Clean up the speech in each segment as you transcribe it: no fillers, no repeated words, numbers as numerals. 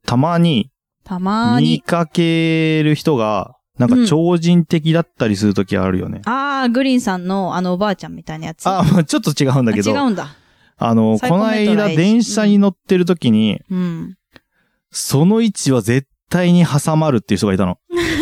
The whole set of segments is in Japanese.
たまに見かける人が、なんか超人的だったりするときあるよね。 グリーンさんのおばあちゃんみたいなやつ。 ちょっと違うんだけど。 違うんだ。 この間電車に乗ってるときに、その位置は絶対に挟まるっていう人がいたの。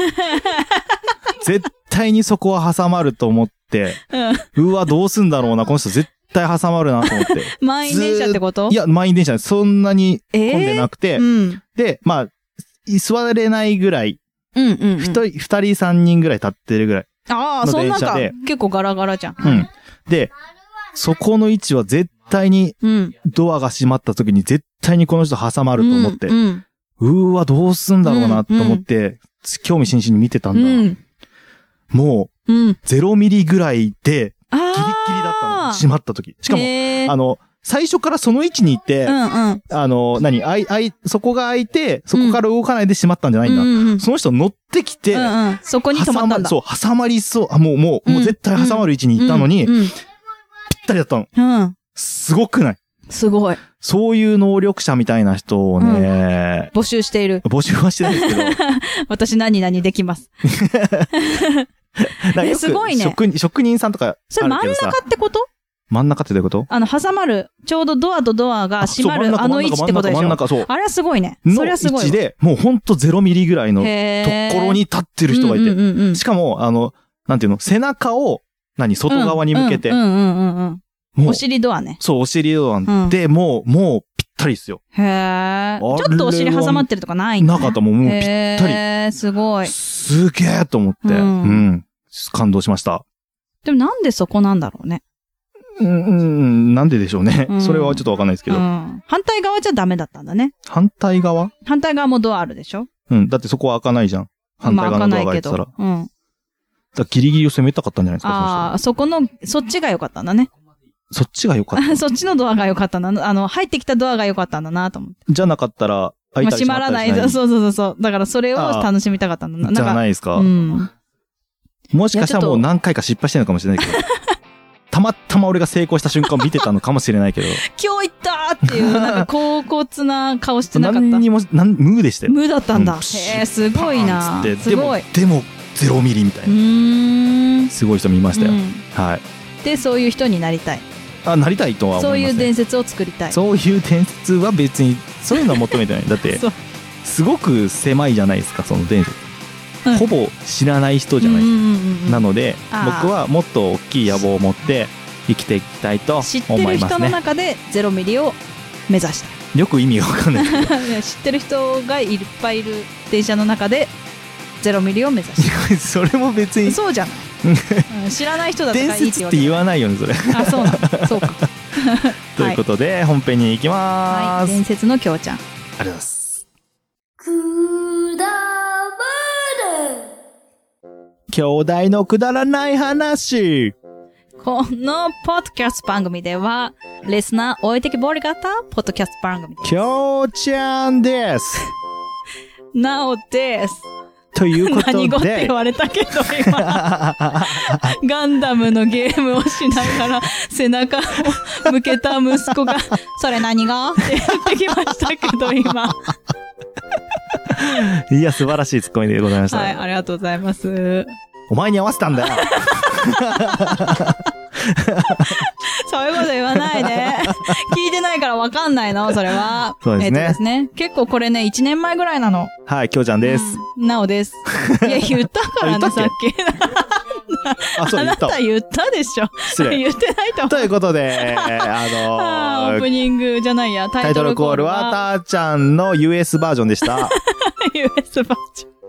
絶対にそこは挟まると思って、うわ、どうすんだろうな、この人絶対挟まるなと思って。 満員電車ってこと？ いや、満員電車でそんなに混んでなくて、で、まあ、座れないぐらい、二人三人ぐらい立ってるぐらいの電車で。 結構ガラガラじゃん。 で、そこの位置は絶対に、ドアが閉まった時に絶対にこの人挟まると思って、うわ、どうすんだろうなと思って、興味津々に見てたんだ。もう、0ミリぐらいで、ギリッギリだったの。閉まった時。しかも、最初からその位置にいて、そこが開いて、そこから動かないで閉まったんじゃないんだ。その人乗ってきて、 そこに止まったんだ。 そう、挟まりそう。もう絶対挟まる位置に行ったのに、ぴったりだったの。すごくない？ すごい。 そういう能力者みたいな人をね、 募集している。 募集はしてないですけど。 私何々できます。すごいね。 職人さんとか。 それ真ん中ってこと？ 真ん中ってどういうこと？ 挟まる、ちょうどドアとドアが閉まる位置ってことでしょ？ 真ん中、そう。 あれはすごいね。それはすごい。 の位置で、もうほんと0ミリぐらいのところに立ってる人がいて。しかも、なんていうの、背中を、外側に向けて。 お尻ドアね。 そう、お尻ドアで、もうぴったりですよ。 へー。ちょっとお尻挟まってるとかないんだね。 なかった、もうぴったり。 へー、すごい。 すげーと思って。感動しました。 でもなんでそこなんだろうね。 なんででしょうね。それはちょっとわかんないですけど。 反対側じゃダメだったんだね。 反対側もドアあるでしょ？ だってそこは開かないじゃん。反対側のドアが開いてたら。だギリギリを攻めたかったんじゃないですか。 そっちが良かったんだね。 そっちが良かった。 そっちのドアが良かったんだ。入ってきたドアが良かったんだなと思って。 じゃなかったら、開いたり閉まらない。 そう。だからそれを楽しみたかったんだな。 じゃないですか。もしかしたらもう何回か失敗してるのかもしれないけど。たまたま俺が成功した瞬間を見てたのかもしれないけど。 今日行ったっていう、高骨な顔してなかった。 何にも、無でしたよ。 無だったんだ。へえ、すごいな。すごい。 でも、0ミリみたいな。すごい人見ましたよ。はい。 で、そういう人になりたい。 なりたいとは思います。 そういう伝説を作りたい。 そういう伝説は別に、そういうのは求めてない。だって、すごく狭いじゃないですか、その伝説。ほぼ知らない人じゃないですか。なので、僕はもっと大きい野望を持って生きていきたいと思いますね。 知ってる人の中で0ミリを目指した。 よく意味がわかんないけど。 知ってる人がいっぱいいる電車の中で0ミリを目指した。 それも別に。 そうじゃない。知らない人だったらいいって伝説って言わないよね、それ。 そうなの。そうか。 ということで、本編に行きまーす。 伝説のきょうちゃん。ありがとうございます。兄弟のくだらない話。 このポッドキャスト番組では、リスナー置いてきぼり型ポッドキャスト番組です。 きょうちゃんです。 なおです。 ということで。 何語って言われたけど今。ガンダムのゲームをしながら背中を向けた息子が、それ何語って言ってきましたけど今。 いや、素晴らしいツッコミでございました。 はい、ありがとうございます。 お前に合わせたんだよ。 そういうこと言わないで。聞いてないからわかんないの、それは。 そうですね。 結構これね、1年前ぐらいなの。 はい、きょうちゃんです。 なおです。いや、言ったからね、さっき。 そう、 あなた言ったでしょ。言ってないと思う。 ということで、 オープニングじゃないや、 タイトルコールは、たーちゃんの US バージョンでした。 US バージョン。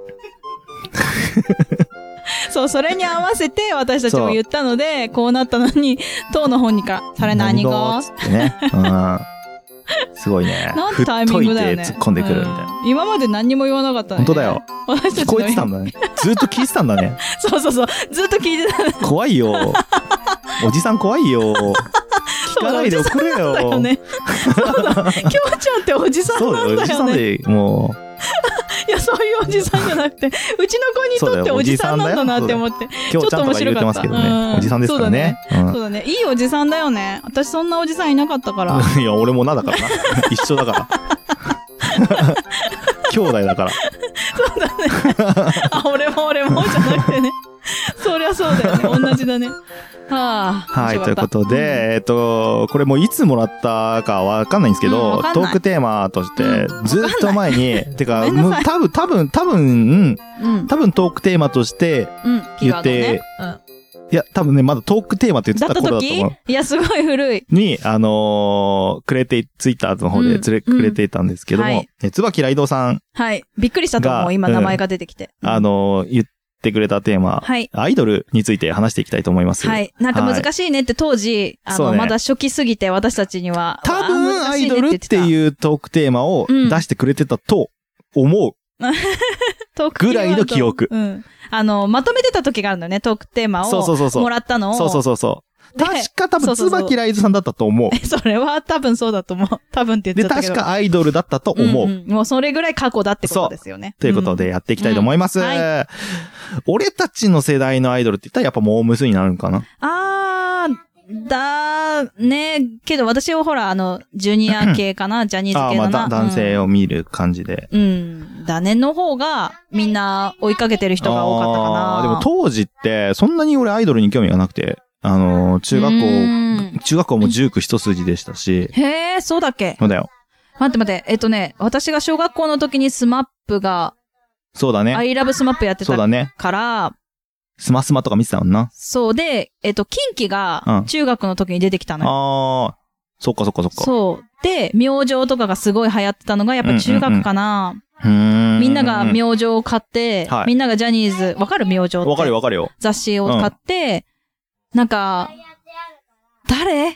そう、それに合わせて私たちも言ったので、こうなったのに、当の本人から、それ何語ってね。すごいね。 なんてタイミングだよね。 突っ込んでくるみたいな。 今まで何にも言わなかったね。 本当だよ。聞こえてたんだね。ずっと聞いてたんだね。 そう。ずっと聞いてた。 怖いよ。おじさん怖いよ。聞かないでおくれよ。 そうだよね。そうだ。きょうちゃんっておじさんなんだよね。 そう、おじさんで、もう。 いや、そういうおじさんじゃなくて、うちの子にとっておじさんなんだなって思って。 ちょっと面白かった。おじさんですからね。 そうだね。いいおじさんだよね。私そんなおじさんいなかったから。 いや、俺もなだからな。一緒だから。 兄弟だから。 そうだね。あ、俺もじゃなくてね。そりゃそうだよね。同じだね。はあ。 はい、ということで、これもういつもらったかわかんないんですけど、トークテーマとして、ずっと前に、てか、多分トークテーマとして言って、いや、多分ね、まだトークテーマって言ってた頃だと思う。 いや、すごい古い。 に、ツイッターの方でくれていたんですけども、椿ライドさん。 はい。びっくりしたと思う、今名前が出てきて。 言ってくれたテーマ、アイドルについて話していきたいと思います。 はい。なんか難しいねって当時、まだ初期すぎて私たちには。 多分、アイドルっていうトークテーマを出してくれてたと思う。ぐらいの記憶。 まとめてた時があるんだよね、トークテーマをもらったのを。 そう。確か多分、椿ライズさんだったと思う。 それは多分そうだと思う。多分って言っちゃったけど。 で、確かアイドルだったと思う。 もうそれぐらい過去だってことですよね。 ということでやっていきたいと思います。俺たちの世代のアイドルって言ったらやっぱモームスになるんかな。 ね、けど私はほら、ジュニア系かな、ジャニーズ系かな。 男性を見る感じで。 だねの方が、みんな追いかけてる人が多かったかな。 でも当時って、そんなに俺アイドルに興味がなくて、中学校も19一筋でしたし。 へー、そうだっけ？ そうだよ。 待って。私が小学校の時にスマップが、 そうだね。 I love スマップやってたから、 スマスマとか見てたもんな。 そうで、キンキが中学の時に出てきたのよ。 そっか。 そう。で、明星とかがすごい流行ってたのがやっぱ中学かな。みんなが明星を買って、みんながジャニーズ、わかる明星って。 わかるよ。 雑誌を買って、なんか、誰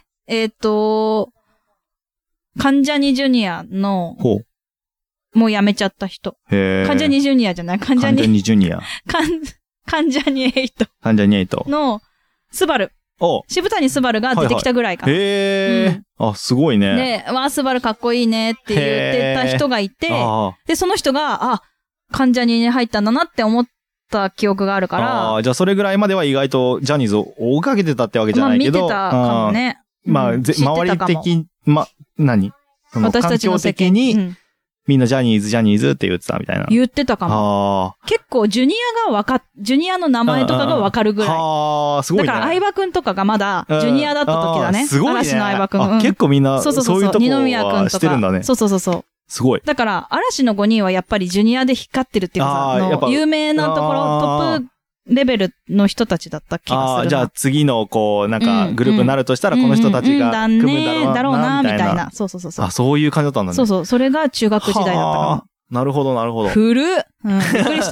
関ジャニジュニアの、もう辞めちゃった人。関ジャニジュニアじゃない関ジャニジュニア。関ジャニエイト。 関ジャニエイト。 の、スバル。渋谷スバルが出てきたぐらいかな。 すごいね。 で、スバルかっこいいねって言ってた人がいて、で、その人が、関ジャニに入ったんだなって思った記憶があるから。 じゃあそれぐらいまでは意外とジャニーズを追いかけてたってわけじゃないけど。 見てたかもね。 周り的、私たちの世間に、みんなジャニーズって言ってたみたいな。 言ってたかも。結構ジュニアの名前とかがわかるぐらい。 すごいね。 だから相葉くんとかがまだジュニアだった時だね。 すごいね。 嵐の相葉くん。 結構みんな、そういうとこ二宮くんとかしてるんだね。 そう。 すごい。 だから嵐の5人はやっぱりジュニアで光ってるっていうかさ、有名なところ、トップレベルの人たちだった気がする。 じゃあ次のグループになるとしたらこの人たちが組むんだろうな、みたいな。 そう。 そういう感じだったんだね。 そう。それが中学時代だったかなるほど。 古っ。びっくりした。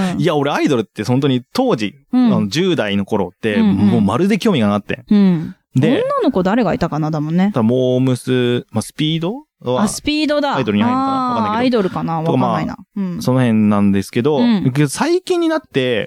いや、俺アイドルって本当に当時、10代の頃って、もうまるで興味がなって。 で、女の子誰がいたかなだもんね。 モームス、スピードスピードだ。 アイドルに入るのかなわかんないけど。 アイドルかなわかんないな。 その辺なんですけど、最近になって、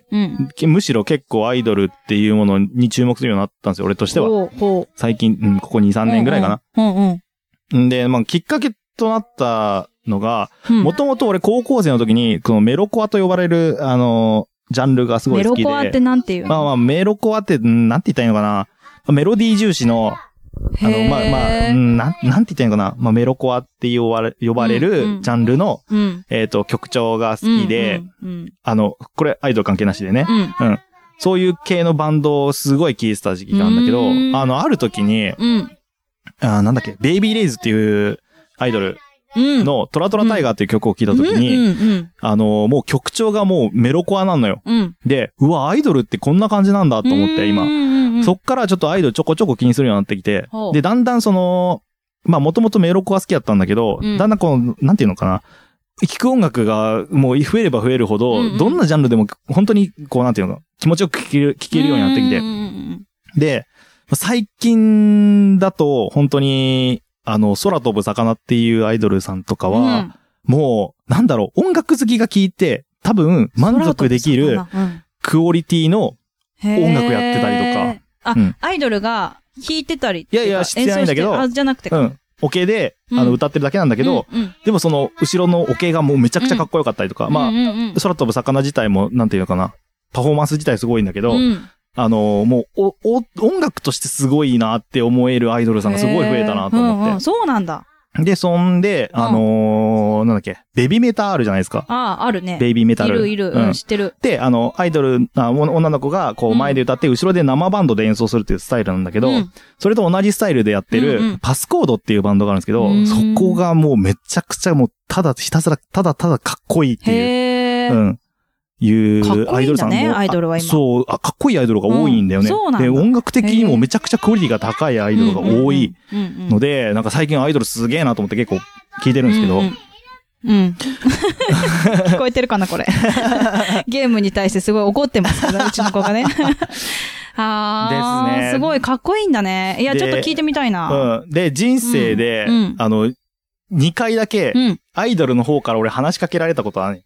むしろ結構アイドルっていうものに注目するようになったんですよ、俺としては。最近、ここ2、3年ぐらいかな。で、きっかけとなったのが、もともと俺高校生の時に、このメロコアと呼ばれる、ジャンルがすごい好きで。 メロコアってなんていうの？ メロコアって、なんて言ったらいいのかな。メロディー重視の、なんて言ったらいいのかな。メロコアって呼ばれるジャンルの、曲調が好きで、これアイドル関係なしでね。そういう系のバンドをすごい聴いてた時期があるんだけど、ある時に、なんだっけ、ベイビーレイズっていうアイドルのトラトラタイガーっていう曲を聴いた時に、もう曲調がもうメロコアなんのよ。で、アイドルってこんな感じなんだと思って今。そっからちょっとアイドルちょこちょこ気にするようになってきて、で、だんだんもともとメロコア好きだったんだけど、だんだんなんていうのかな、聴く音楽がもう増えれば増えるほど、どんなジャンルでも本当になんていうのか、気持ちよく聴けるようになってきて。で、最近だと本当に、空飛ぶ魚っていうアイドルさんとかは、もう、なんだろう、音楽好きが聴いて、多分満足できるクオリティの音楽やってたりとか。 アイドルが弾いてたり。 いや、してないんだけど。 じゃなくて。 オケで、歌ってるだけなんだけど、でもその、後ろのオケがもうめちゃくちゃかっこよかったりとか、空飛ぶ魚自体も、なんていうのかな、パフォーマンス自体すごいんだけど、もう、音楽としてすごいなって思えるアイドルさんがすごい増えたなと思って。 そうなんだ。 で、そんで、なんだっけ、ベビーメタあるじゃないですか。 あるね。 ベイビーメタル。 いる、知ってる。 で、アイドル、女の子が、こう、前で歌って、後ろで生バンドで演奏するっていうスタイルなんだけど、それと同じスタイルでやってる、パスコードっていうバンドがあるんですけど、そこがもうめちゃくちゃもう、ひたすら、ただかっこいいっていう、いうアイドルさんも。 アイドルは今。 そう、かっこいいアイドルが多いんだよね。 そうなんだ。 で、音楽的にもめちゃくちゃクオリティが高いアイドルが多いので、なんか最近アイドルすげえなと思って結構聞いてるんですけど。 聞こえてるかなこれ。ゲームに対してすごい怒ってますから、うちの子がね。ですね。すごいかっこいいんだね。いや、ちょっと聞いてみたいな。 で、人生で、2回だけ、アイドルの方から俺話しかけられたことはね。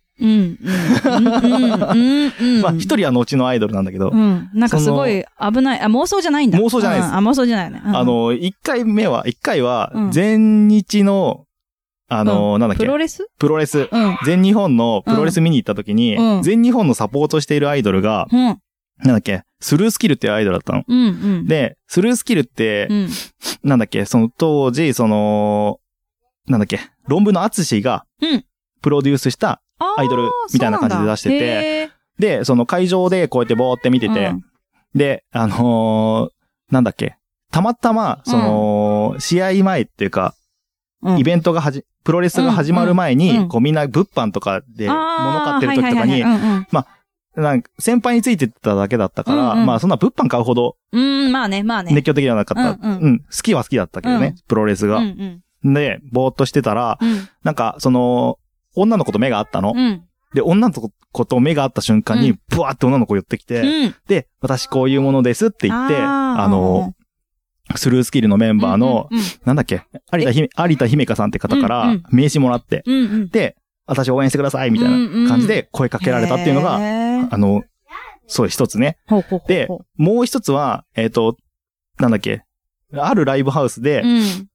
まあ、一人は後のアイドルなんだけど。 なんかすごい危ない。妄想じゃないんだ。 妄想じゃないです。 妄想じゃないね。 1回は、全日の、なんだっけ。 プロレス。 全日本のプロレス見に行った時に、全日本のサポートしているアイドルが、なんだっけ、スルースキルっていうアイドルだったの。で、スルースキルって、なんだっけ、その当時、なんだっけ、論文の厚が、プロデュースしたアイドルみたいな感じで出してて、で、その会場でこうやってぼーって見てて、で、なんだっけ、たまたま、試合前っていうか、イベントがプロレスが始まる前に、こうみんな物販とかで物買ってる時とかに、まあ、なんか先輩についてただけだったから、まあそんな物販買うほど、 まあね。 熱狂的ではなかった。好きは好きだったけどね、プロレスが。で、ぼーっとしてたら、なんか、女の子と目が合ったの。で、女の子と目が合った瞬間に、ブワーって女の子寄ってきて、で、私こういうものですって言って、スルースキルのメンバーの、なんだっけ、有田姫香さんって方から名刺もらって、で、私応援してくださいみたいな感じで声かけられたっていうのが、そう一つね。で、もう一つは、なんだっけ、あるライブハウスで、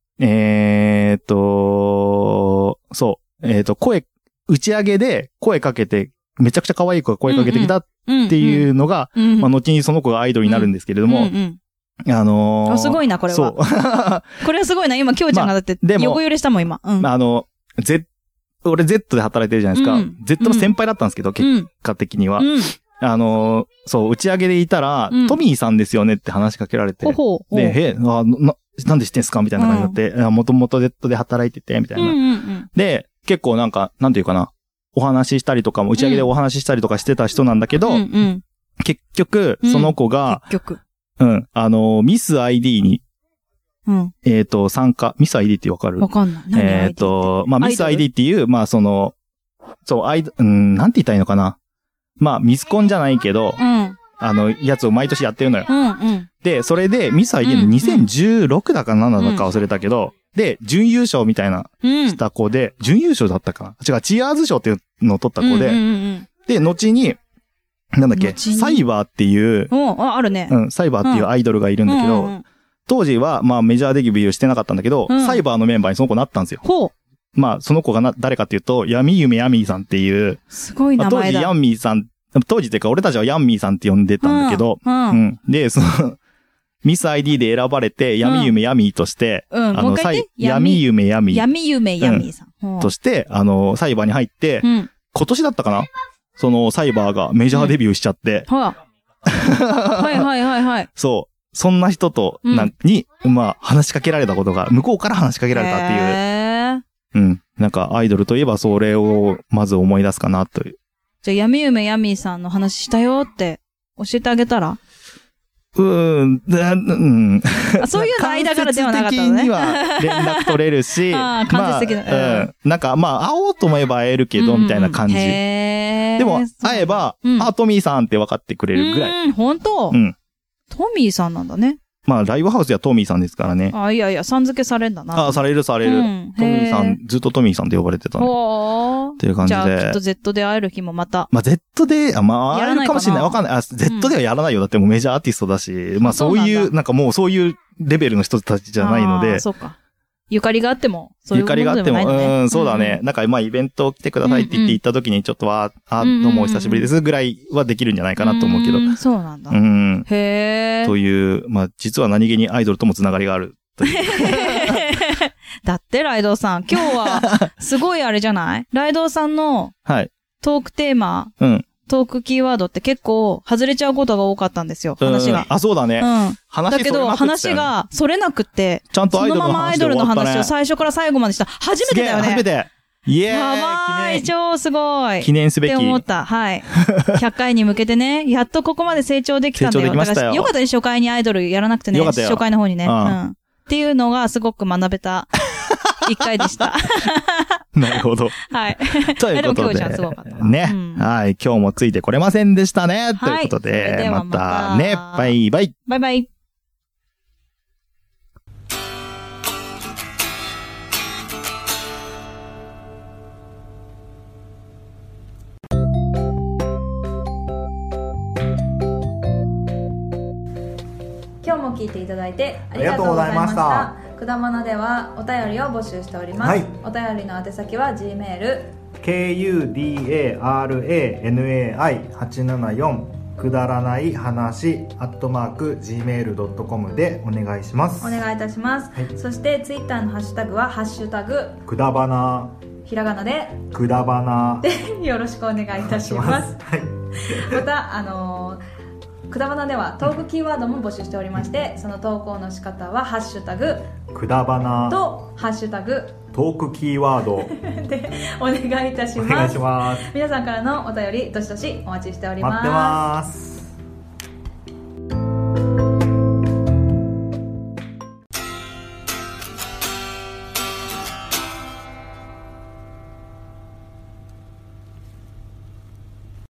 打ち上げで声かけて、めちゃくちゃ可愛い子が声かけてきたっていうのが、まあ、後にその子がアイドルになるんですけれども、 すごいな、これは。そう。これはすごいな、今、きょうちゃんがだって、横揺れしたもん、今。 俺 Z で働いてるじゃないですか。Z の先輩だったんですけど、結果的には。そう、打ち上げでいたら、トミーさんですよねって話しかけられて。で、なんで知ってんすかみたいな感じになって、もともと Z で働いてて、みたいな。で、結構なんか、なんていうかな、お話ししたりとかも、打ち上げでお話ししたりとかしてた人なんだけど、結局、その子が、ミス ID に、参加、ミス ID ってわかる？ わかんない。 まあ、ミス ID っていう、まあ、そう、なんて言ったらいいのかな。まあ、ミスコンじゃないけど、やつを毎年やってるのよ。で、それで、ミス ID の2016だか何だか忘れたけど、で、準優勝みたいな、した子で、準優勝だったかな違う、チアーズ賞っていうのを取った子で、で、後に、なんだっけ、サイバーっていう、 あるね。 サイバーっていうアイドルがいるんだけど、当時は、まあメジャーデビューしてなかったんだけど、サイバーのメンバーにその子なったんですよ。まあ、その子が誰かっていうと、闇夢ヤミーさんっていう、 すごい名前だ。 当時ヤンミーさん、当時っていうか俺たちはヤンミーさんって呼んでたんだけど、で、ミス ID で選ばれて、闇夢ヤミーとして、闇夢ヤミー。 闇夢ヤミーさん。 として、サイバーに入って、今年だったかなそのサイバーがメジャーデビューしちゃって。 はい。 そう。そんな人と、まあ、話しかけられたことが、向こうから話しかけられたっていう。なんか、アイドルといえばそれを、まず思い出すかな、という。 じゃあ、闇夢ヤミーさんの話したよって、教えてあげたらそういうの間からではなかったのね。 間接的には連絡取れるし、 間接的な。 なんか、まあ、会おうと思えば会えるけど、みたいな感じ。でも、会えば、トミーさんって分かってくれるぐらい。 本当？トミーさんなんだね。 まあ、ライブハウスではトミーさんですからね。 いや、さん付けされんだな。 される。トミーさん、ずっとトミーさんで呼ばれてたね。っていう感じで。 じゃあ、きっと Z で会える日もまた。 まあ、Z で、会えるかもしれない。わかんない。Z ではやらないよ。だってもうメジャーアーティストだし、まあ、そういう、なんかもうそういうレベルの人たちじゃないので。 そうか。ゆかりがあっても、そういうことでもないのね。 ゆかりがあっても、そうだね。なんか、まあ、イベント来てくださいって言って行った時に、ちょっとどうもお久しぶりですぐらいはできるんじゃないかなと思うけど。 そうなんだ。 へー。という、まあ、実は何気にアイドルともつながりがあるという。 だってライドウさん、今日はすごいあれじゃない？ライドウさんのトークテーマ、トークキーワードって結構外れちゃうことが多かったんですよ、話が。 あ、そうだね。 だけど話がそれなくって、 ちゃんとそのままアイドルの話を最初から最後までした。初めてだよね。 初めて。イエーイ。 やばい、超すごい。 記念すべき。 って思った。はい。100回に向けてね、やっとここまで成長できたんだよ。 成長できましたよ。 よかったね、初回にアイドルやらなくてね。 よかったよ。 初回の方にね。っていうのがすごく学べた1回でした。 なるほど。 はい。 ということで。 すごかったね。はい。今日もついてこれませんでしたね。ということで、またね。バイバイ。 バイバイ。今日も聞いていただいてありがとうございました。くだまなではお便りを募集しております。お便りの宛先は G メール kudaranai874 くだらない話@gmail.com でお願いします。 お願いいたします。そしてツイッターのハッシュタグはハッシュタグくだばな、 ひらがなでくだばなでよろしくお願いいたします。またくだばなではトークキーワードも募集しておりまして、その投稿の仕方はハッシュタグくだばなとハッシュタグトークキーワードでお願いいたします。 お願いします。 皆さんからのお便りどしどしお待ちしております。 待ってます。